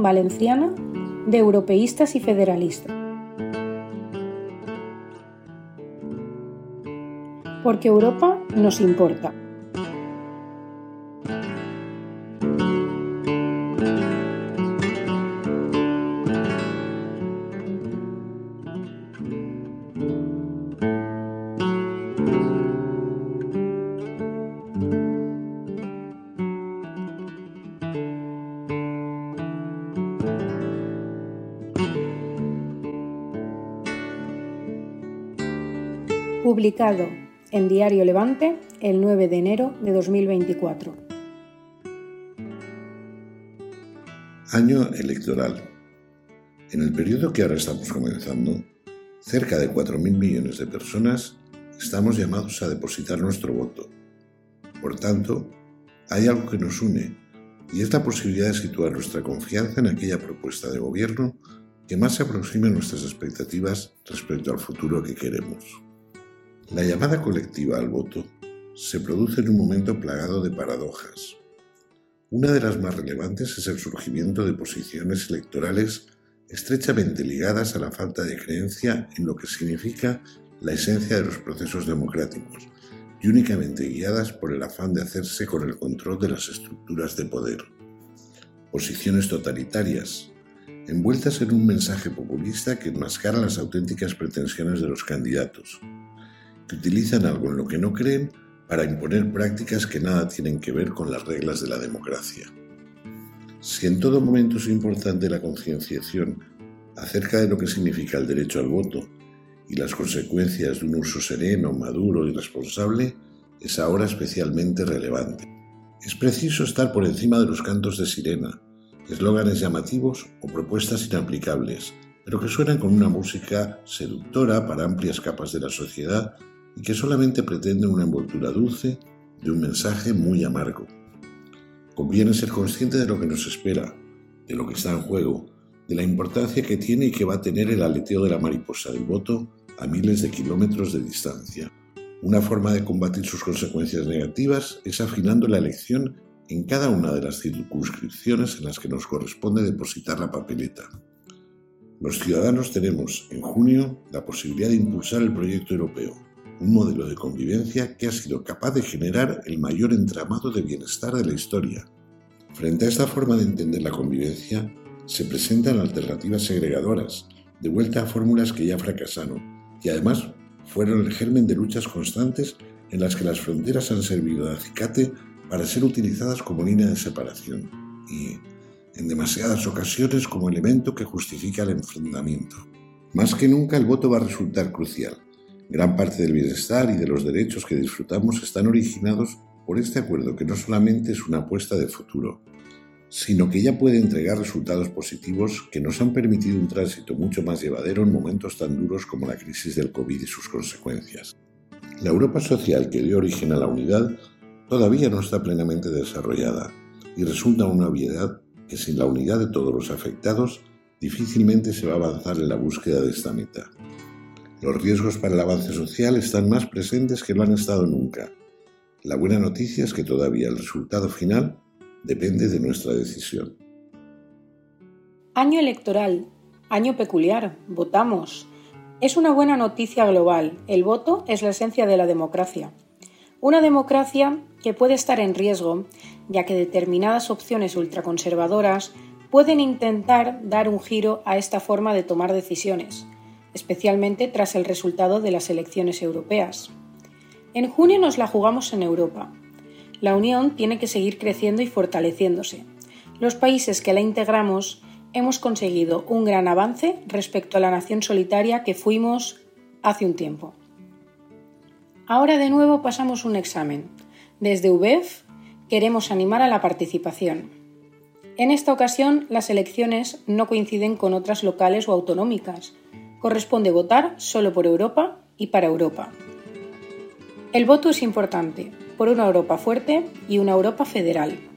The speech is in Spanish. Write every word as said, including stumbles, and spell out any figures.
valenciana de europeístas y federalistas. Porque Europa nos importa. Publicado en Diario Levante el nueve de enero de dos mil veinticuatro. Año electoral. En el periodo que ahora estamos comenzando, cerca de cuatro mil millones de personas estamos llamados a depositar nuestro voto. Por tanto, hay algo que nos une, y es la posibilidad de situar nuestra confianza en aquella propuesta de gobierno que más se aproxime a nuestras expectativas respecto al futuro que queremos. La llamada colectiva al voto se produce en un momento plagado de paradojas. Una de las más relevantes es el surgimiento de posiciones electorales estrechamente ligadas a la falta de creencia en lo que significa la esencia de los procesos democráticos y únicamente guiadas por el afán de hacerse con el control de las estructuras de poder. Posiciones totalitarias, envueltas en un mensaje populista que enmascara las auténticas pretensiones de los candidatos, que utilizan algo en lo que no creen para imponer prácticas que nada tienen que ver con las reglas de la democracia. Si en todo momento es importante la concienciación acerca de lo que significa el derecho al voto y las consecuencias de un uso sereno, maduro y responsable, es ahora especialmente relevante. Es preciso estar por encima de los cantos de sirena, eslóganes llamativos o propuestas inaplicables, pero que suenan con una música seductora para amplias capas de la sociedad y que solamente pretende una envoltura dulce de un mensaje muy amargo. Conviene ser consciente de lo que nos espera, de lo que está en juego, de la importancia que tiene y que va a tener el aleteo de la mariposa del voto a miles de kilómetros de distancia. Una forma de combatir sus consecuencias negativas es afinando la elección en cada una de las circunscripciones en las que nos corresponde depositar la papeleta. Los ciudadanos tenemos, en junio, la posibilidad de impulsar el proyecto europeo, un modelo de convivencia que ha sido capaz de generar el mayor entramado de bienestar de la historia. Frente a esta forma de entender la convivencia, se presentan alternativas segregadoras, de vuelta a fórmulas que ya fracasaron, y además fueron el germen de luchas constantes en las que las fronteras han servido de acicate para ser utilizadas como línea de separación y, en demasiadas ocasiones, como elemento que justifica el enfrentamiento. Más que nunca, el voto va a resultar crucial. Gran parte del bienestar y de los derechos que disfrutamos están originados por este acuerdo que no solamente es una apuesta de futuro, sino que ya puede entregar resultados positivos que nos han permitido un tránsito mucho más llevadero en momentos tan duros como la crisis del COVID y sus consecuencias. La Europa social que dio origen a la unidad todavía no está plenamente desarrollada y resulta una obviedad que sin la unidad de todos los afectados difícilmente se va a avanzar en la búsqueda de esta meta. Los riesgos para el avance social están más presentes que no han estado nunca. La buena noticia es que todavía el resultado final depende de nuestra decisión. Año electoral, año peculiar, votamos. Es una buena noticia global. El voto es la esencia de la democracia. Una democracia que puede estar en riesgo, ya que determinadas opciones ultraconservadoras pueden intentar dar un giro a esta forma de tomar decisiones, especialmente tras el resultado de las elecciones europeas. En junio nos la jugamos en Europa. La Unión tiene que seguir creciendo y fortaleciéndose. Los países que la integramos hemos conseguido un gran avance respecto a la nación solitaria que fuimos hace un tiempo. Ahora de nuevo pasamos un examen. Desde U B E F queremos animar a la participación. En esta ocasión las elecciones no coinciden con otras locales o autonómicas. Corresponde votar solo por Europa y para Europa. El voto es importante, por una Europa fuerte y una Europa federal.